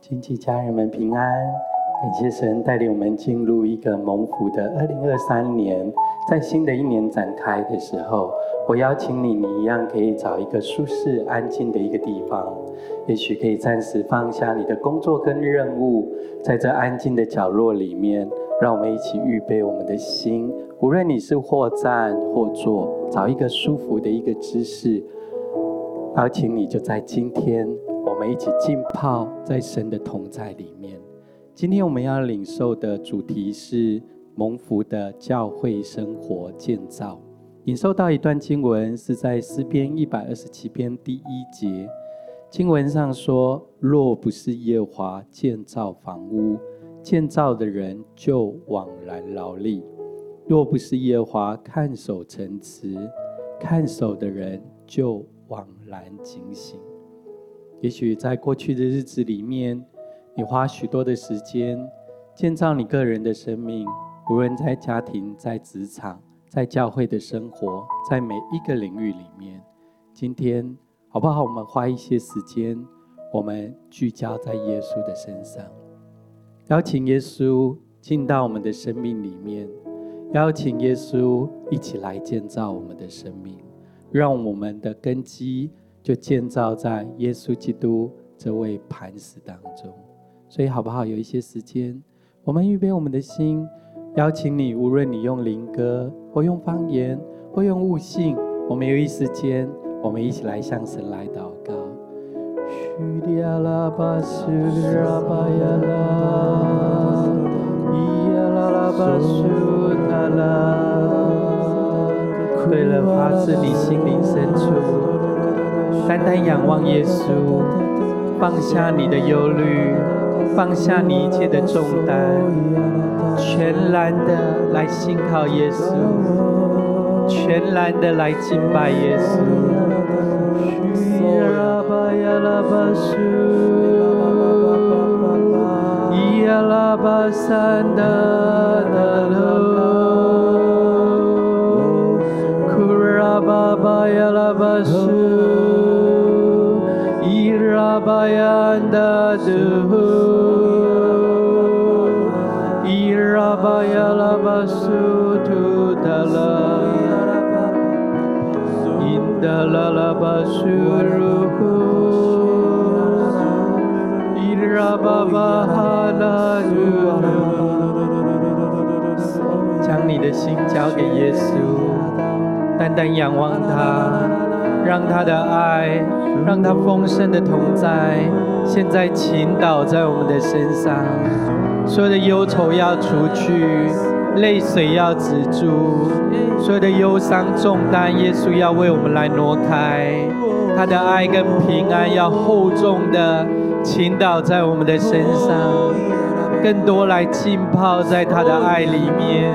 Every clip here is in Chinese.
亲戚家人们平安，感谢神带领我们进入一个蒙福的2023年。在新的一年展开的时候，我邀请你一样可以找一个舒适安静的一个地方，也许可以暂时放下你的工作跟任务，在这安静的角落里面，让我们一起预备我们的心，无论你是或站或坐，找一个舒服的一个姿势，邀请你就在今天我们一起浸泡在神的同在里面。今天我们要领受的主题是蒙福的教会生活建造。领受到一段经文是在诗篇127篇第1节，经文上说：若不是耶和华建造房屋，建造的人就枉然劳力；若不是耶和华看守城池，看守的人就枉然警醒。也许在过去的日子里面，你花许多的时间建造你个人的生命，无论在家庭、在职场、在教会的生活，在每一个领域里面。今天好不好，我们花一些时间，我们聚焦在耶稣的身上，邀请耶稣进到我们的生命里面，邀请耶稣一起来建造我们的生命，让我们的根基就建造在耶稣基督这位磐石当中。所以好不好，有一些时间，我们预备我们的心，邀请你，无论你用灵歌或用方言或用悟性，我们有一时间，我们一起来向神来祷告。对了，发自你心灵深处，单单仰望耶稣，放下你的忧虑，放下你一切的重担，全然的来信靠耶稣，全然的来敬拜耶稣。将你的心交给耶稣，单单仰望他，让他的爱，让他丰盛的同在现在倾倒在我们的身上。所有的忧愁要除去，泪水要止住，所有的忧伤重担耶稣要为我们来挪开，他的爱跟平安要厚重的倾倒在我们的身上，更多来浸泡在他的爱里面。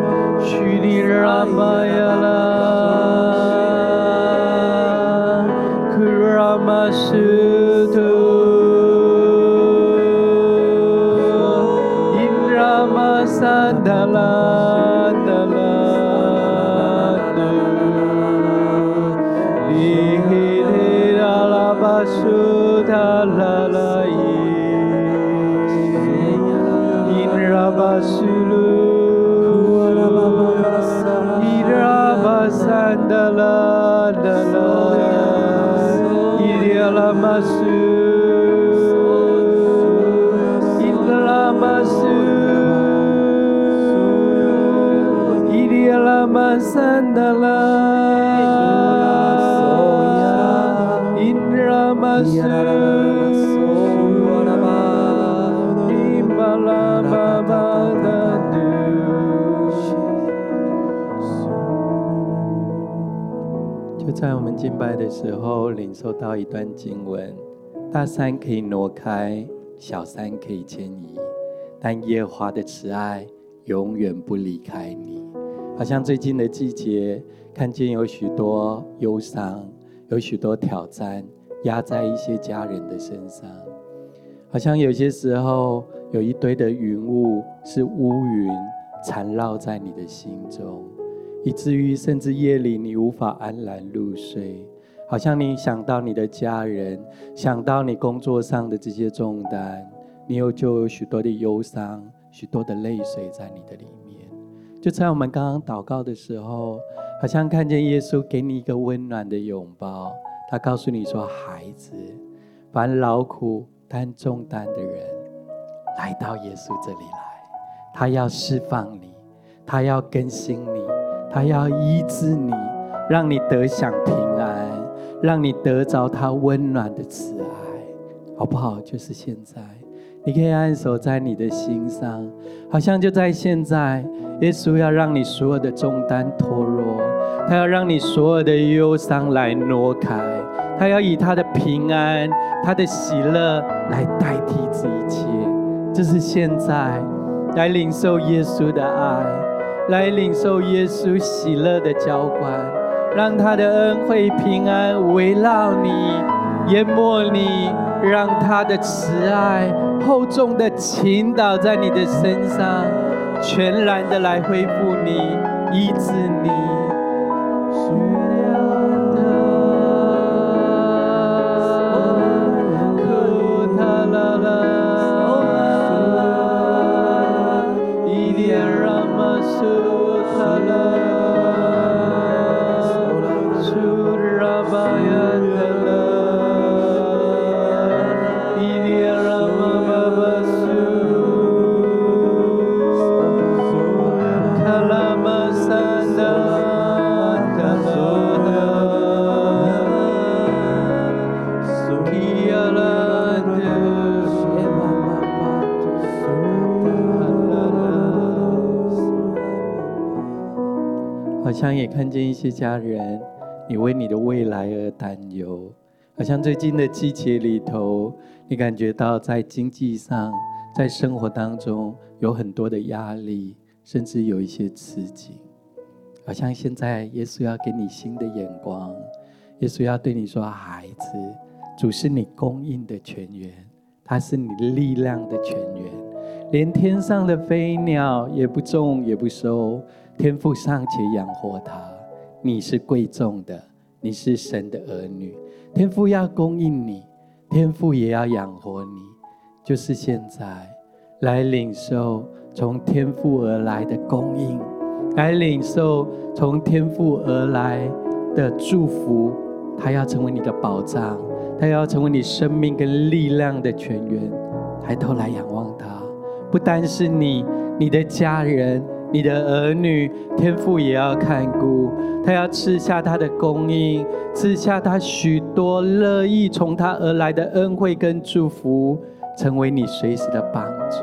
就在我们敬拜的时候，领受到一段经文：大山可以挪开，小山可以迁移，但耶和华的慈爱永远不离开你。好像最近的季节，看见有许多忧伤，有许多挑战压在一些家人的身上，好像有些时候有一堆的云雾，是乌云缠绕在你的心中，以至于甚至夜里你无法安然入睡，好像你想到你的家人，想到你工作上的这些重担， 你就有许多的忧伤，许多的泪水在你的里面。就在我们刚刚祷告的时候，好像看见耶稣给你一个温暖的拥抱，他告诉你说，孩子，凡劳苦担重担的人来到耶稣这里来，他要释放你，他要更新你，他要医治你，让你得享平安，让你得着他温暖的慈爱，好不好？就是现在你可以按手在你的心上，好像就在现在，耶稣要让你所有的重担脱落，他要让你所有的忧伤来挪开，他要以他的平安，他的喜乐来代替这一切。就是现在，来领受耶稣的爱，来领受耶稣喜乐的浇灌，让他的恩惠平安围绕你，淹没你，让他的慈爱厚重的倾倒在你的身上，全然的来恢复你，医治你。好像也看见一些家人，你为你的未来而担忧，好像最近的季节里头，你感觉到在经济上，在生活当中有很多的压力，甚至有一些吃紧。好像现在耶稣要给你新的眼光，耶稣要对你说，孩子，主是你供应的泉源，他是你力量的泉源，连天上的飞鸟也不种也不收，天父尚且养活他，你是贵重的，你是神的儿女，天父要供应你，天父也要养活你。就是现在，来领受从天父而来的供应，来领受从天父而来的祝福，他要成为你的保障，他要成为你生命跟力量的泉源。抬头来仰望他，不单是你的家人，你的儿女，天父也要看顾，他要赐下他的供应，赐下他许多乐意从他而来的恩惠跟祝福，成为你随时的帮助。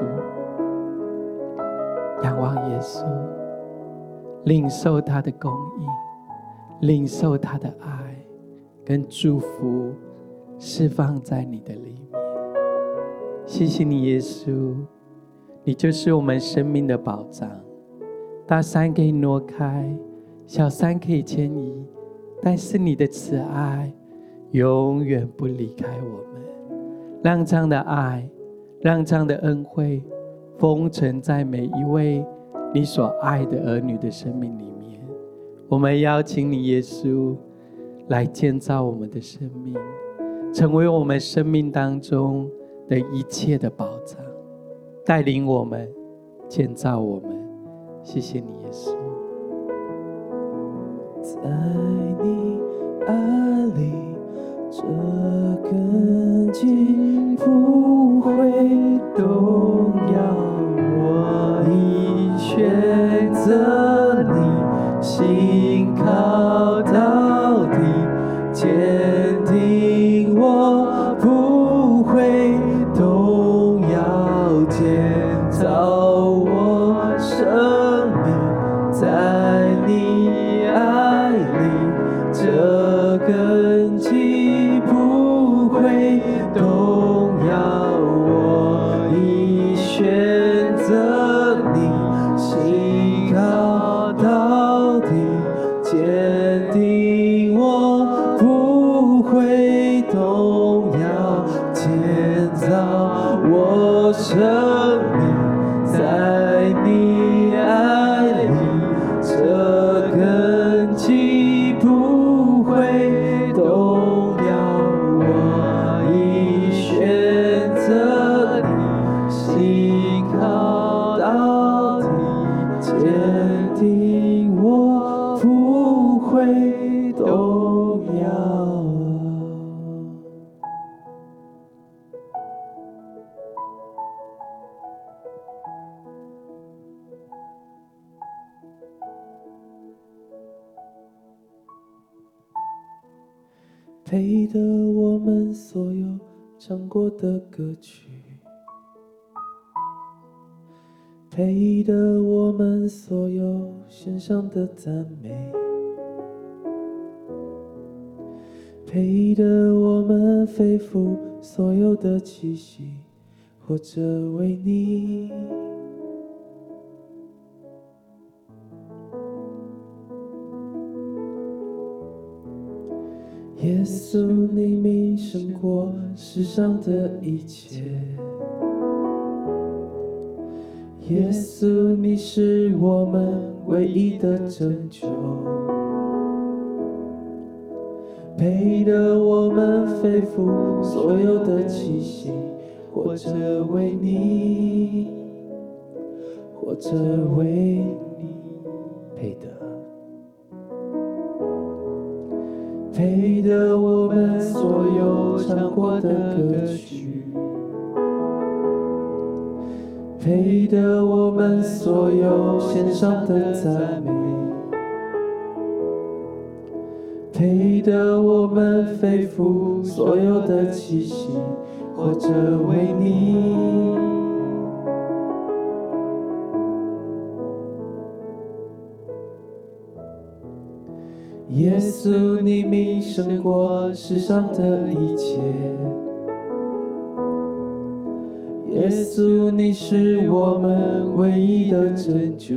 仰望耶稣，领受他的供应，领受他的爱跟祝福，释放在你的里面。谢谢你耶稣，你就是我们生命的保障。大山可以挪开，小山可以迁移，但是你的慈爱永远不离开我们。让这样的爱，让这样的恩惠封存在每一位你所爱的儿女的生命里面。我们邀请你耶稣来建造我们的生命，成为我们生命当中的一切的保障，带领我们，建造我们。谢谢你耶稣。 在你爱里，这根基不会动摇。我已选择你，信靠到底，坚定我不会动摇，建造我生命在你爱里，这根基不会动摇。我已选择你，信靠到底，坚定我不会动摇，建造我生命在你爱里，这根基不会动摇。我已选择你， 配得我们所有唱过的歌曲，配得我们所有献上的赞美，配得我们肺腑所有的气息，活着为你。耶稣，你名胜过世上的一切。耶稣，你是我们唯一的拯救，配得我们肺腑所有的气息，活着为你，活着为你，配得。配得我们所有唱过的歌曲，配得我们所有献上的赞美，配得我们肺腑所有的气息，活着为你。耶稣，你名胜过世上的一切。耶稣，你是我们唯一的拯救，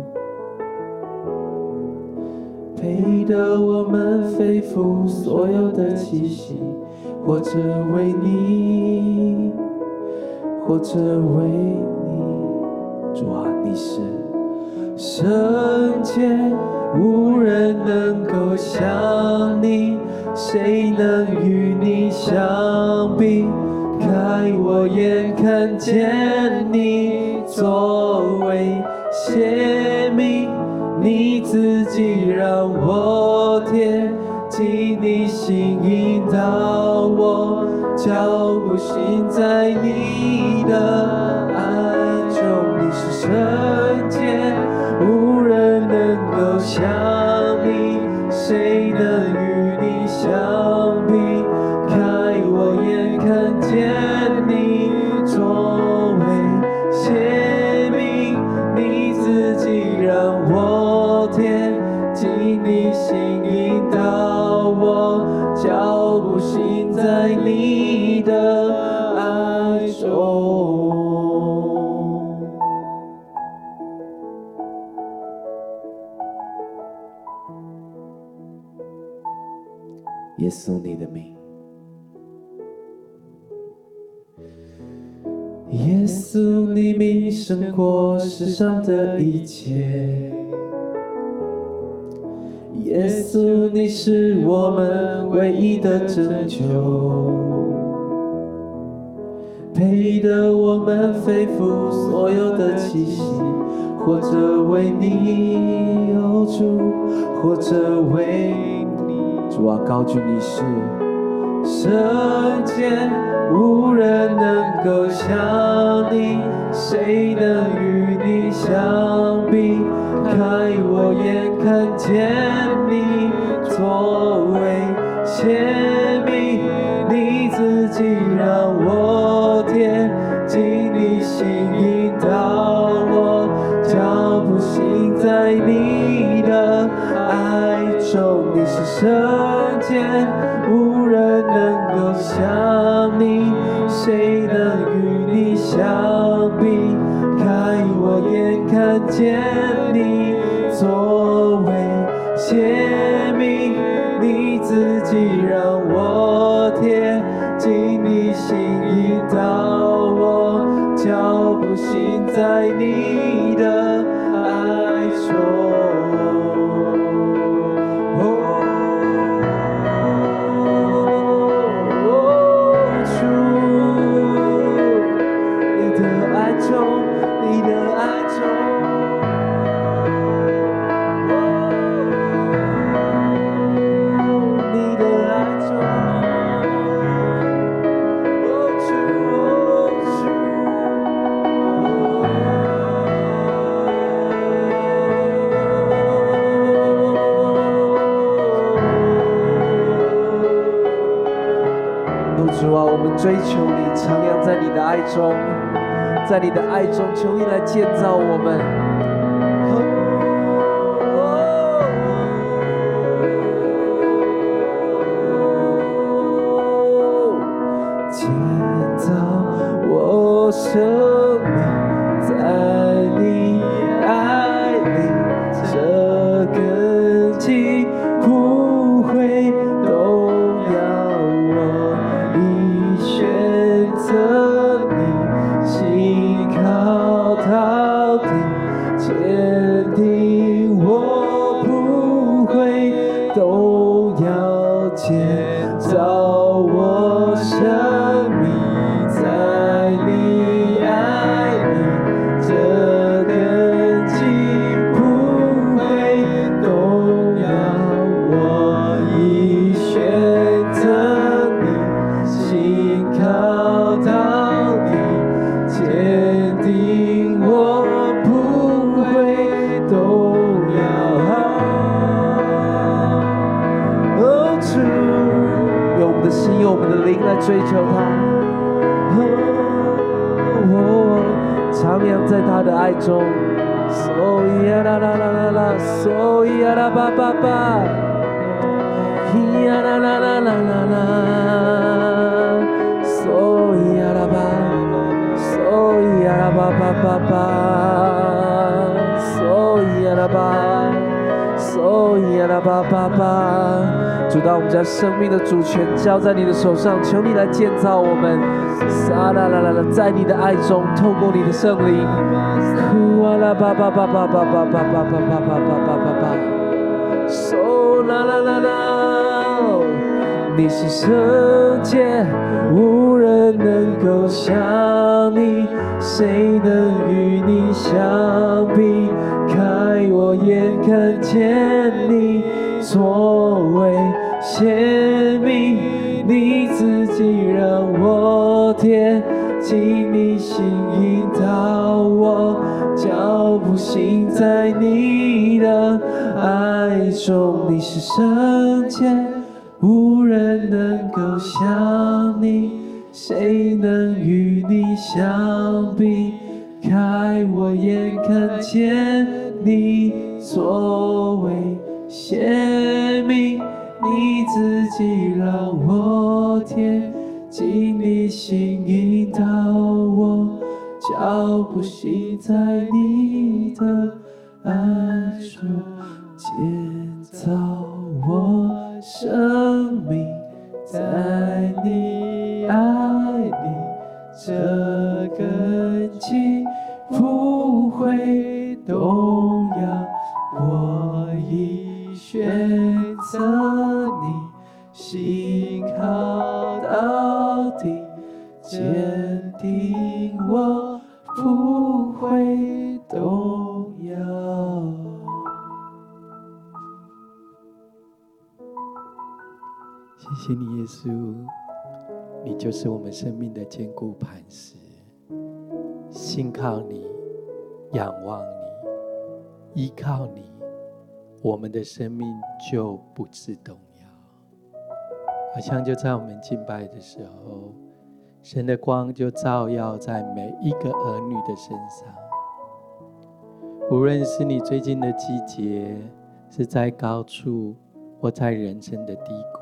配得我们肺腑所有的气息，活着为你，活着为你。主啊，你是圣洁，无人能够像你，谁能与你相比？开我眼看见你作为显明，你自己让我贴近你心，引导我脚步行在你的爱中。你是圣洁，无人能够像你，谁能与你相比？开我眼看见你作为显明，你自己让我贴近你心，引导我脚步行在你的爱中。耶稣，你的名。耶稣，你名胜过世上的一切。耶稣，你是我们唯一的拯救，配得我们肺腑所有的气息，活着为你，哦主，活着为你。主啊，高举你是圣洁，无人能够像你，谁能与你相比？开我眼看见你作为显明，你自己让我贴近你心，引导我脚步行在你的爱中。你是圣洁，无人能够像你，谁能与你相比？开我眼看见你作为显明，你自己让我贴近你心，引导我脚步行在你的爱中。 徜徉在你的爱中，在你的爱中，求你来建造我们。建造我生命，在你爱里，这根基不会动摇。我已选择你，信靠到底，坚定我不会动摇。建造我生命，在你爱里，这根基不会动摇。我已选择你，信靠到底，坚定我不会动摇。哦，主，用我们的心，用我们的灵来追求他。徜徉在他的爱中。So ya la la la la la, so ya la ba ba ba, ya la la la la la la, so ya la ba, so ya la ba ba ba ba, so ya la ba, so ya la ba ba ba。主，当我们将生命的主权交在你的手上，求你来建造我们。撒啦啦啦啦，在你的爱中，透过你的圣灵，呼啊啦吧吧吧吧吧吧吧吧吧吧吧吧吧吧，手啦啦啦啦，你是圣洁，无人能够像你，谁能与你相比？开我眼看见你作为显明，你自己让我贴近你心，引导我脚步行在你的爱中。你是圣洁，无人能够像你，谁能与你相比？开我眼看见你作为显明，你自己让我贴近你心，引导我脚步行在你的爱中。建造我生命，在你爱里，这根基不会动摇。我已选择你，信靠到底，坚定我不会动摇。谢谢你，耶稣，你就是我们生命的坚固磐石。信靠你，仰望你，依靠你，我们的生命就不致动摇。好像就在我们敬拜的时候，神的光就照耀在每一个儿女的身上。无论是你最近的季节是在高处，或在人生的低谷，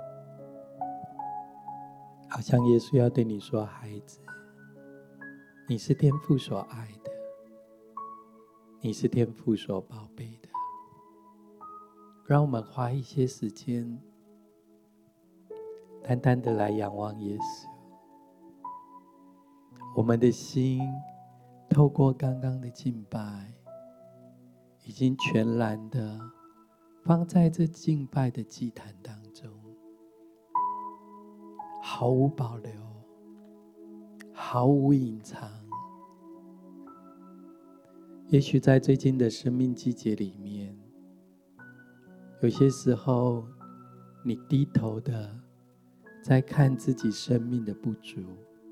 好像耶稣要对你说，孩子，你是天父所爱的，你是天父所宝贝的。让我们花一些时间，单单的来仰望耶稣。我们的心透过刚刚的敬拜，已经全然的放在这敬拜的祭坛当中，毫无保留，毫无隐藏。也许在最近的生命季节里面，有些时候你低头的在看自己生命的不足，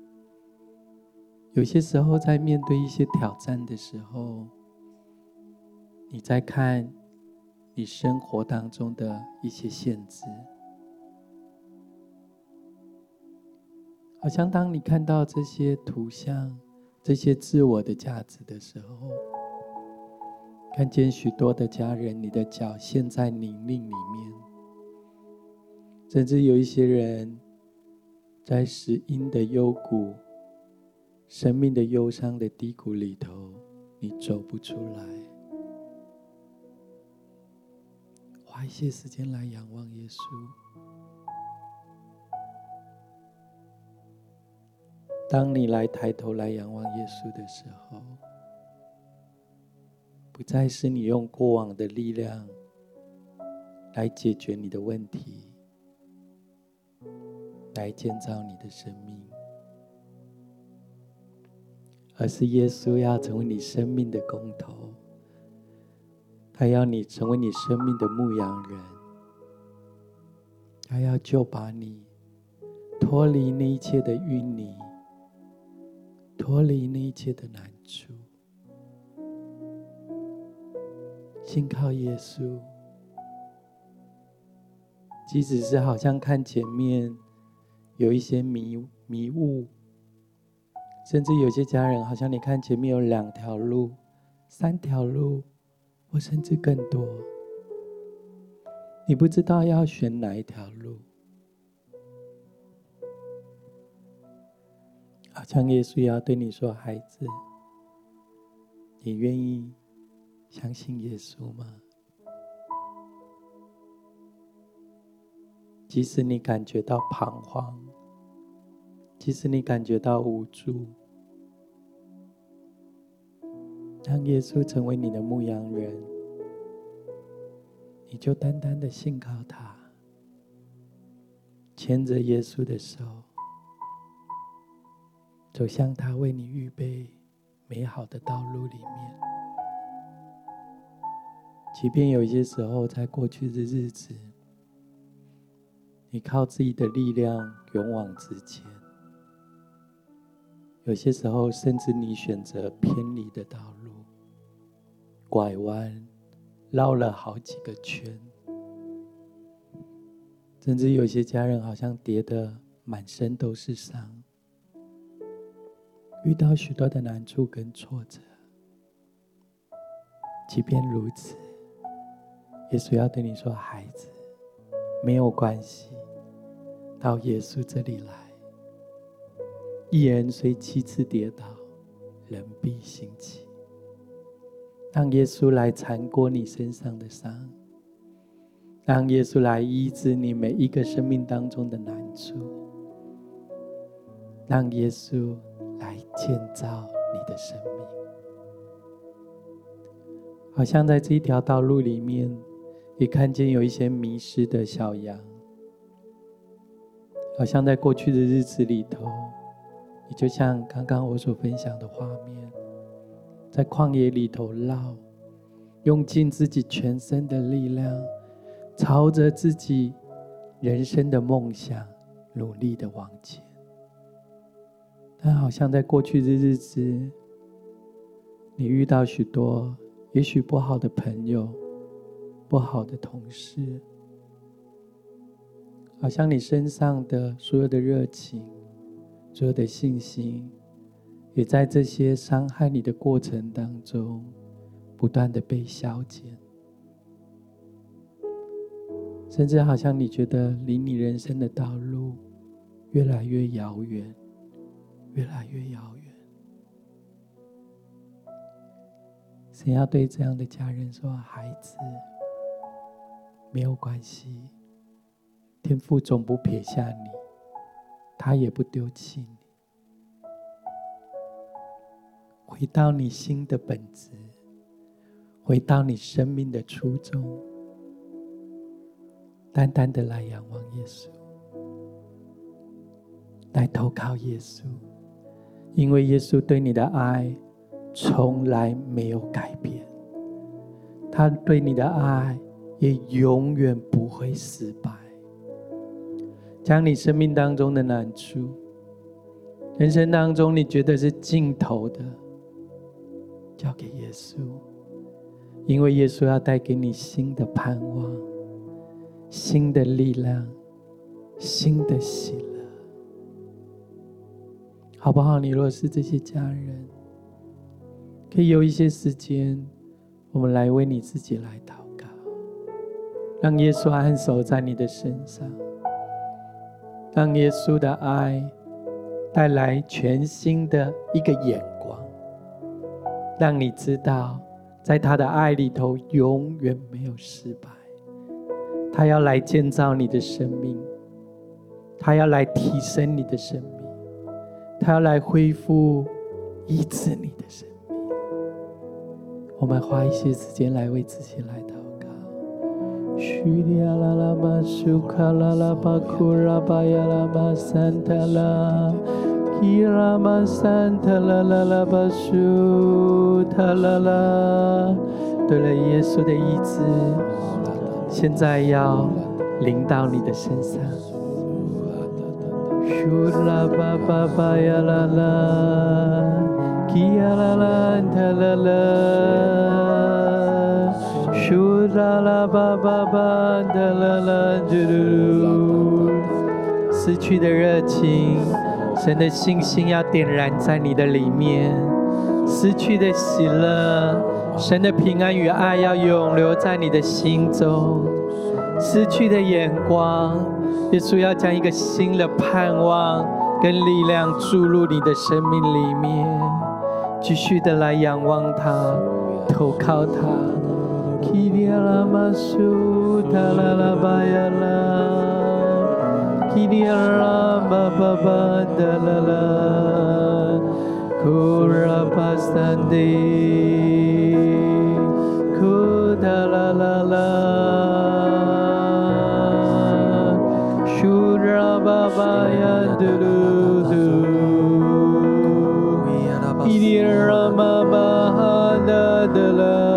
有些时候在面对一些挑战的时候，你在看你生活当中的一些限制。 好像当你看到这些图像、这些自我的价值的时候，看见许多的家人，你的脚陷在泥泞里面，甚至有一些人在死因的幽谷、生命的忧伤的低谷里头，你走不出来。花一些时间来仰望耶稣。当你来抬头来仰望耶稣的时候，不再是你用过往的力量来解决你的问题，来建造你的生命，而是耶稣要成为你生命的工头，他要你成为你生命的牧羊人，他要救拔你脱离那一切的淤泥，脱离那一切的难处。信靠耶稣，即使是好像看前面有一些迷雾，甚至有些家人好像你看前面有2条路、3条路，或甚至更多，你不知道要选哪一条路。好像耶稣要对你说，孩子，你愿意相信耶稣吗？即使你感觉到彷徨，即使你感觉到无助，让耶稣成为你的牧羊人，你就单单的信靠他，牵着耶稣的手，走向他为你预备美好的道路里面。即便有些时候在过去的日子，你靠自己的力量勇往直前，有些时候甚至你选择偏离的道路，拐弯绕了好几个圈，甚至有些家人好像跌得满身都是伤，遇到许多的难处跟挫折。即便如此，耶稣要对你说，孩子，没有关系，到耶稣这里来，一人虽7次跌倒，人必兴起。让耶稣来缠过你身上的伤，让耶稣来医治你每一个生命当中的难处，让耶稣来建造你的生命。好像在这一条道路里面，也看见有一些迷失的小羊，好像在过去的日子里头，你就像刚刚我所分享的画面，在旷野里头绕，用尽自己全身的力量，朝着自己人生的梦想努力的往前。但好像在过去的日子，你遇到许多也许不好的朋友、不好的同事，好像你身上的所有的热情、所有的信心，也在这些伤害你的过程当中不断的被消减，甚至好像你觉得离你人生的道路越来越遥远，越来越遥远。神要对这样的家人说，孩子，没有关系，天父总不撇下你，他也不丢弃你。回到你心的本质，回到你生命的初衷，单单的来仰望耶稣，来投靠耶稣，因为耶稣对你的爱从来没有改变，他对你的爱也永远不会失败。将你生命当中的难处，人生当中你觉得是尽头的，交给耶稣，因为耶稣要带给你新的盼望、新的力量、新的喜乐。 好不好？你若是这些家人，可以有一些时间，我们来为你自己来祷告，让耶稣按手在你的身上，让耶稣的爱带来全新的一个眼光，让你知道在他的爱里头永远没有失败。他要来建造你的生命，他要来提升你的生命，他要来恢复医治你的生命。我们花一些时间来为自己来祷告。叙利亚拉拉玛苏卡拉拉巴库拉巴亚拉玛산타拉基拉玛산타拉拉拉巴苏塔拉拉。对了，耶稣的医治现在要临到你的身上。苏拉巴巴巴亚拉拉基亚拉拉塔拉拉苏拉拉巴巴巴塔拉拉嘟嘟。失去的热情，神的信心要点燃在你的里面；失去的喜乐，神的平安与爱要永留在你的心中；失去的眼光，耶稣要将一个新的盼望跟力量注入你的生命里面。继续的来仰望他，投靠他。基利亚拉玛苏塔拉拉巴亚拉，基利亚拉巴巴巴达拉拉，库拉巴桑迪，库达拉拉拉，苏拉巴巴亚嘟嘟嘟，基利亚拉巴巴哈达达拉。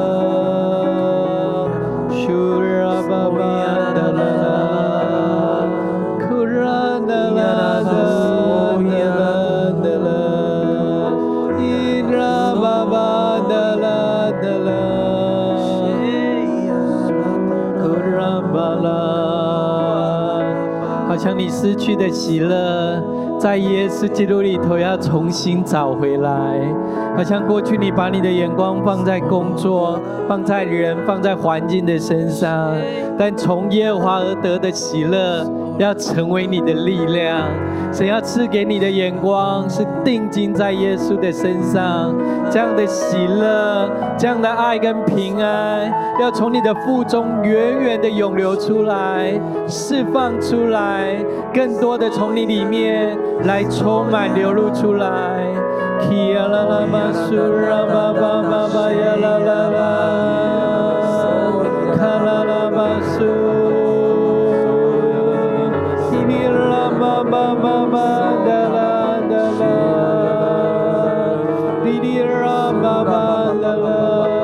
好像你失去的喜乐，在耶稣基督里头要重新找回来。好像过去你把你的眼光放在工作，放在人，放在环境的身上，但从耶和华而得的喜乐要成为你的力量。神要赐给你的眼光是定睛在耶稣的身上，这样的喜乐，这样的爱跟平安要从你的腹中远远的涌流出来，释放出来，更多的从你里面来充满流露出来。基呀啦啦玛苏拉巴巴巴巴呀啦啦啦，卡啦啦玛苏，基里啦巴巴巴巴哒啦哒啦，里里啦巴巴哒啦，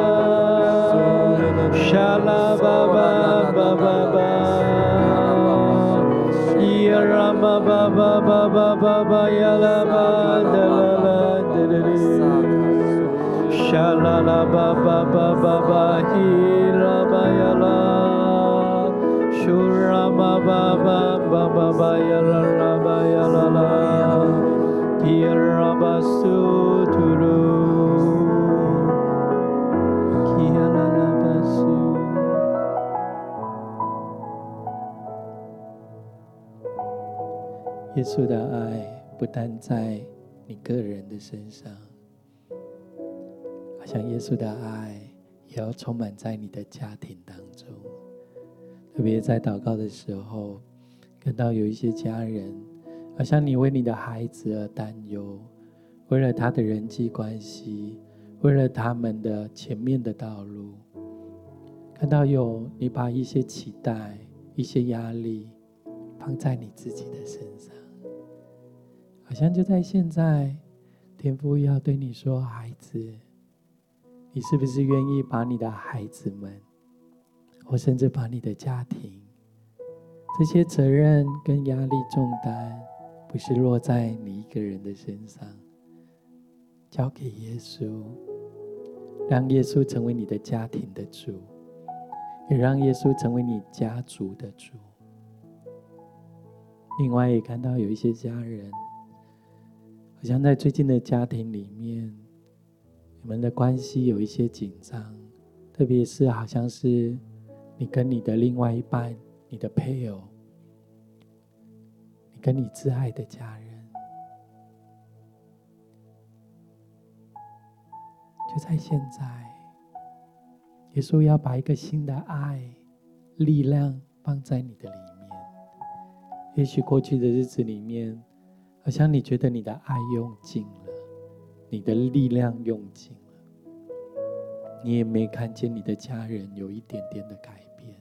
沙啦巴巴巴巴巴，伊呀啦巴巴巴巴巴巴巴呀啦巴哒啦啦。沙啦啦巴巴巴巴巴希拉巴呀啦，苏拉巴巴巴巴巴巴呀啦啦巴呀啦啦，基拉巴苏图鲁，基呀啦啦巴苏。耶稣的爱不单在你个人的身上，好像耶稣的爱也要充满在你的家庭当中。特别在祷告的时候，看到有一些家人，好像你为你的孩子而担忧，为了他的人际关系，为了他们的前面的道路，看到有你把一些期待、一些压力放在你自己的身上，好像就在现在，天父要对你说，孩子，你是不是愿意把你的孩子们，或甚至把你的家庭，这些责任跟压力重担，不是落在你一个人的身上，交给耶稣，让耶稣成为你的家庭的主，也让耶稣成为你家族的主。另外也看到有一些家人， 好像在最近的家庭里面，你们的关系有一些紧张，特别是好像是你跟你的另外一半，你的配偶，你跟你挚爱的家人，就在现在，耶稣要把一个新的爱、力量放在你的里面。也许过去的日子里面，好像你觉得你的爱用尽了，你的力量用尽了，你也没看见你的家人有一点点的改变。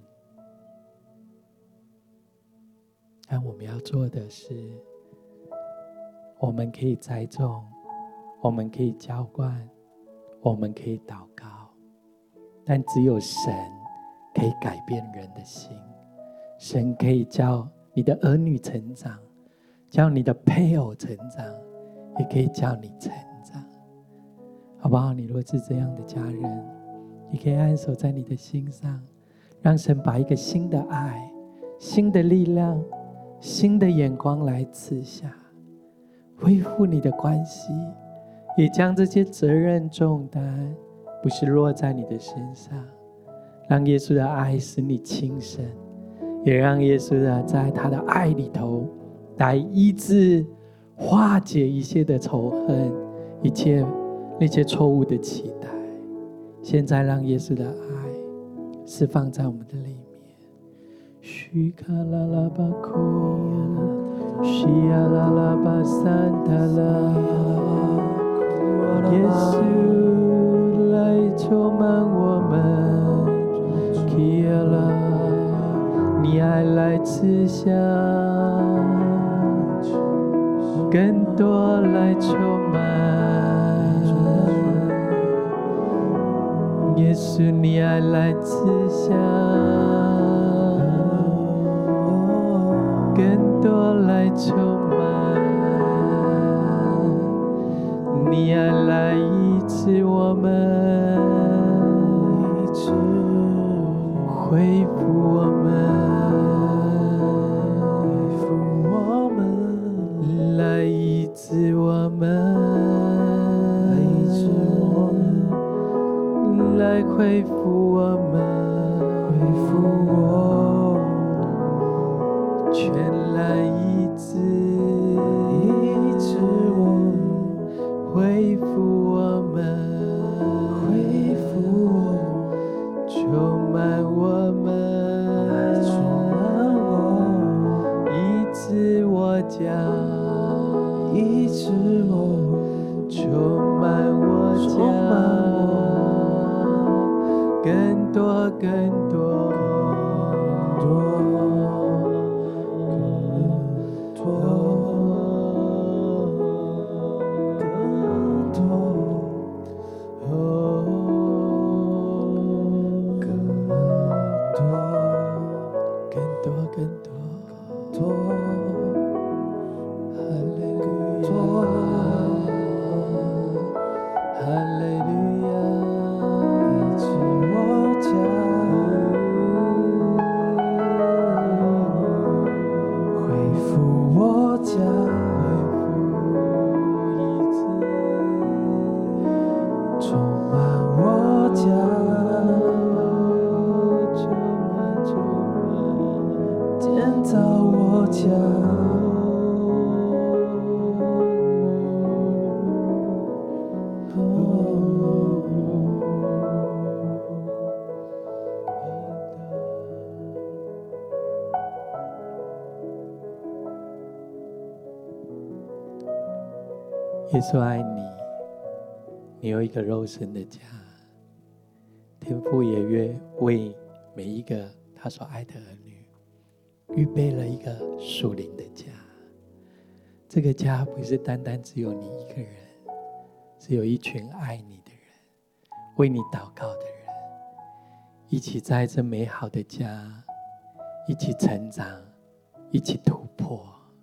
但我们要做的是，我们可以栽种，我们可以浇灌，我们可以祷告，但只有神可以改变人的心。神可以叫你的儿女成长，叫你的配偶成长，也可以叫你成长，好不好？你若是这样的家人，你可以按手在你的心上，让神把一个新的爱、新的力量、新的眼光来赐下，恢复你的关系，也将这些责任重担不是落在你的身上，让耶稣的爱使你轻省，也让耶稣在他的爱里头来医治、化解一切的仇恨，一切那些错误的期待。现在让耶稣的爱释放在我们的里面。虚卡拉拉巴库亚拉，西亚拉拉巴산타拉，耶稣来充满我们，基亚拉，你爱来赐下，更多来充满，耶稣你爱来赐下，更多来充满，你爱来医治我们，恢复我们，来医治我们，来恢复我们，全来医治我，恢复我们，充满我们，医治我家，充满我家，更多更多，耶稣爱你，你有一个肉身的家，天父也愿为每一个他所爱的儿女预备了一个属灵的家。这个家不是单单只有你一个人，是有一群爱你的人，为你祷告的人，一起在这美好的家一起成长，一起突破。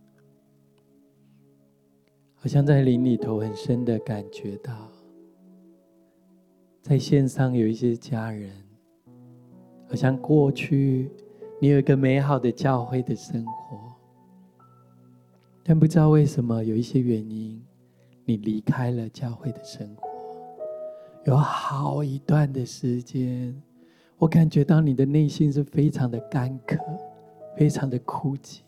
好像在灵里头很深的感觉到，在线上有一些家人，好像过去你有一个美好的教会的生活，但不知道为什么有一些原因你离开了教会的生活，有好一段的时间，我感觉到你的内心是非常的干渴，非常的枯竭，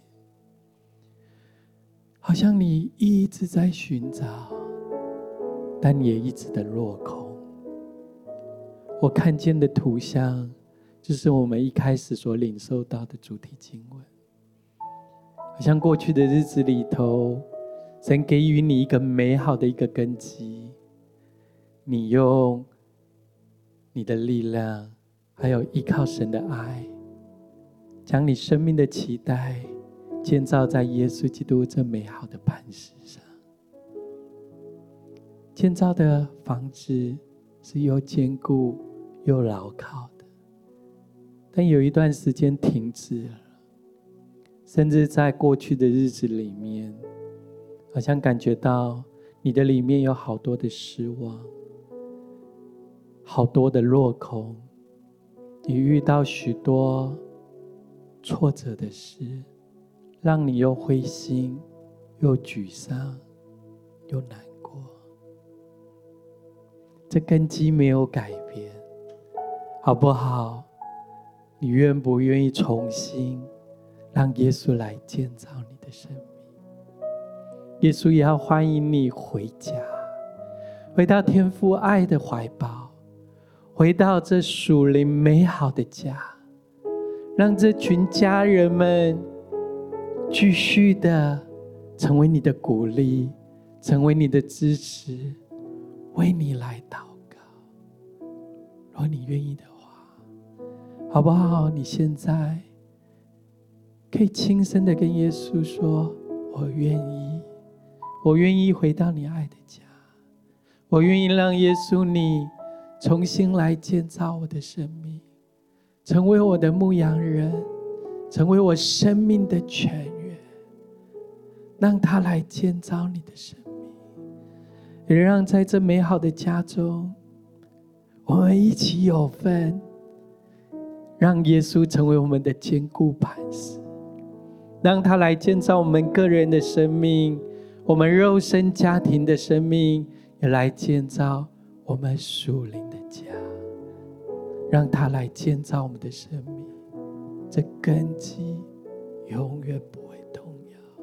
好像你一直在寻找，但也一直的落空。我看见的图像就是我们一开始所领受到的主题经文，好像过去的日子里头，神给予你一个美好的一个根基，你用你的力量还有依靠神的爱，将你生命的期待建造在耶稣基督这美好的磐石上。建造的房子是又坚固又牢靠的，但有一段时间停止了，甚至在过去的日子里面，好像感觉到你的里面有好多的失望，好多的落空，你遇到许多挫折的事，让你又灰心又沮丧又难过。这根基没有改变，好不好？你愿不愿意重新让耶稣来建造你的生命？耶稣也要欢迎你回家，回到天父爱的怀抱，回到这属灵美好的家，让这群家人们继续的成为你的鼓励，成为你的支持，为你来祷告。如果你愿意的话，好不好？你现在可以轻声的跟耶稣说，我愿意，我愿意回到你爱的家，我愿意让耶稣你重新来建造我的生命，成为我的牧羊人，成为我生命的泉源，让他来建造你的生命，也让在这美好的家中，我们一起有份，让耶稣成为我们的坚固磐石，让他来建造我们个人的生命，我们肉身家庭的生命，也来建造我们属灵的家，让他来建造我们的生命，这根基永远不会动摇。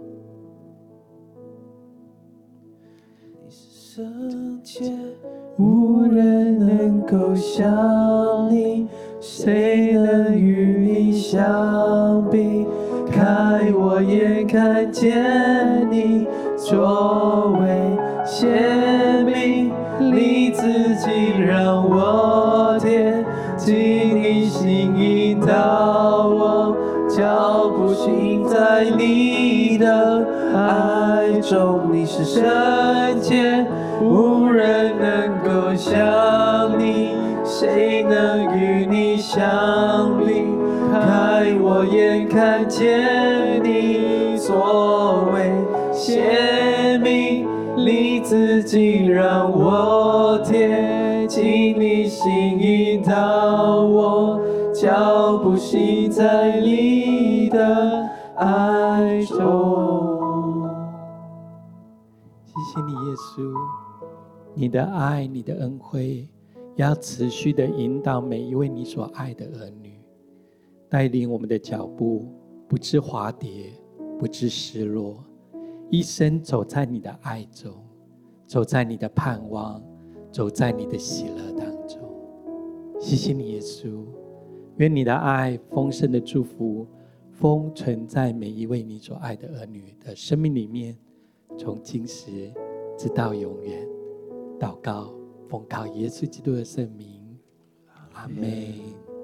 你是圣洁，无人能够像你，谁能与你相比？开我眼看见你作为显明，你自己让我贴近你心，引导我脚步行在你的爱中。你是圣洁，无人能够像你，谁能与你相比？开我眼看见你作为显明，你自己让我贴近你心，引导我脚步行在你的爱中。 谢谢你耶稣，你的爱，你的恩惠要持续的引导每一位你所爱的儿女，带领我们的脚步不致滑跌，不致失落，一生走在你的爱中，走在你的盼望，走在你的喜乐当中。谢谢你耶稣，愿你的爱丰盛的祝福封存在每一位你所爱的儿女的生命里面，从今时直到永远。祷告奉靠耶稣基督的圣名，阿们。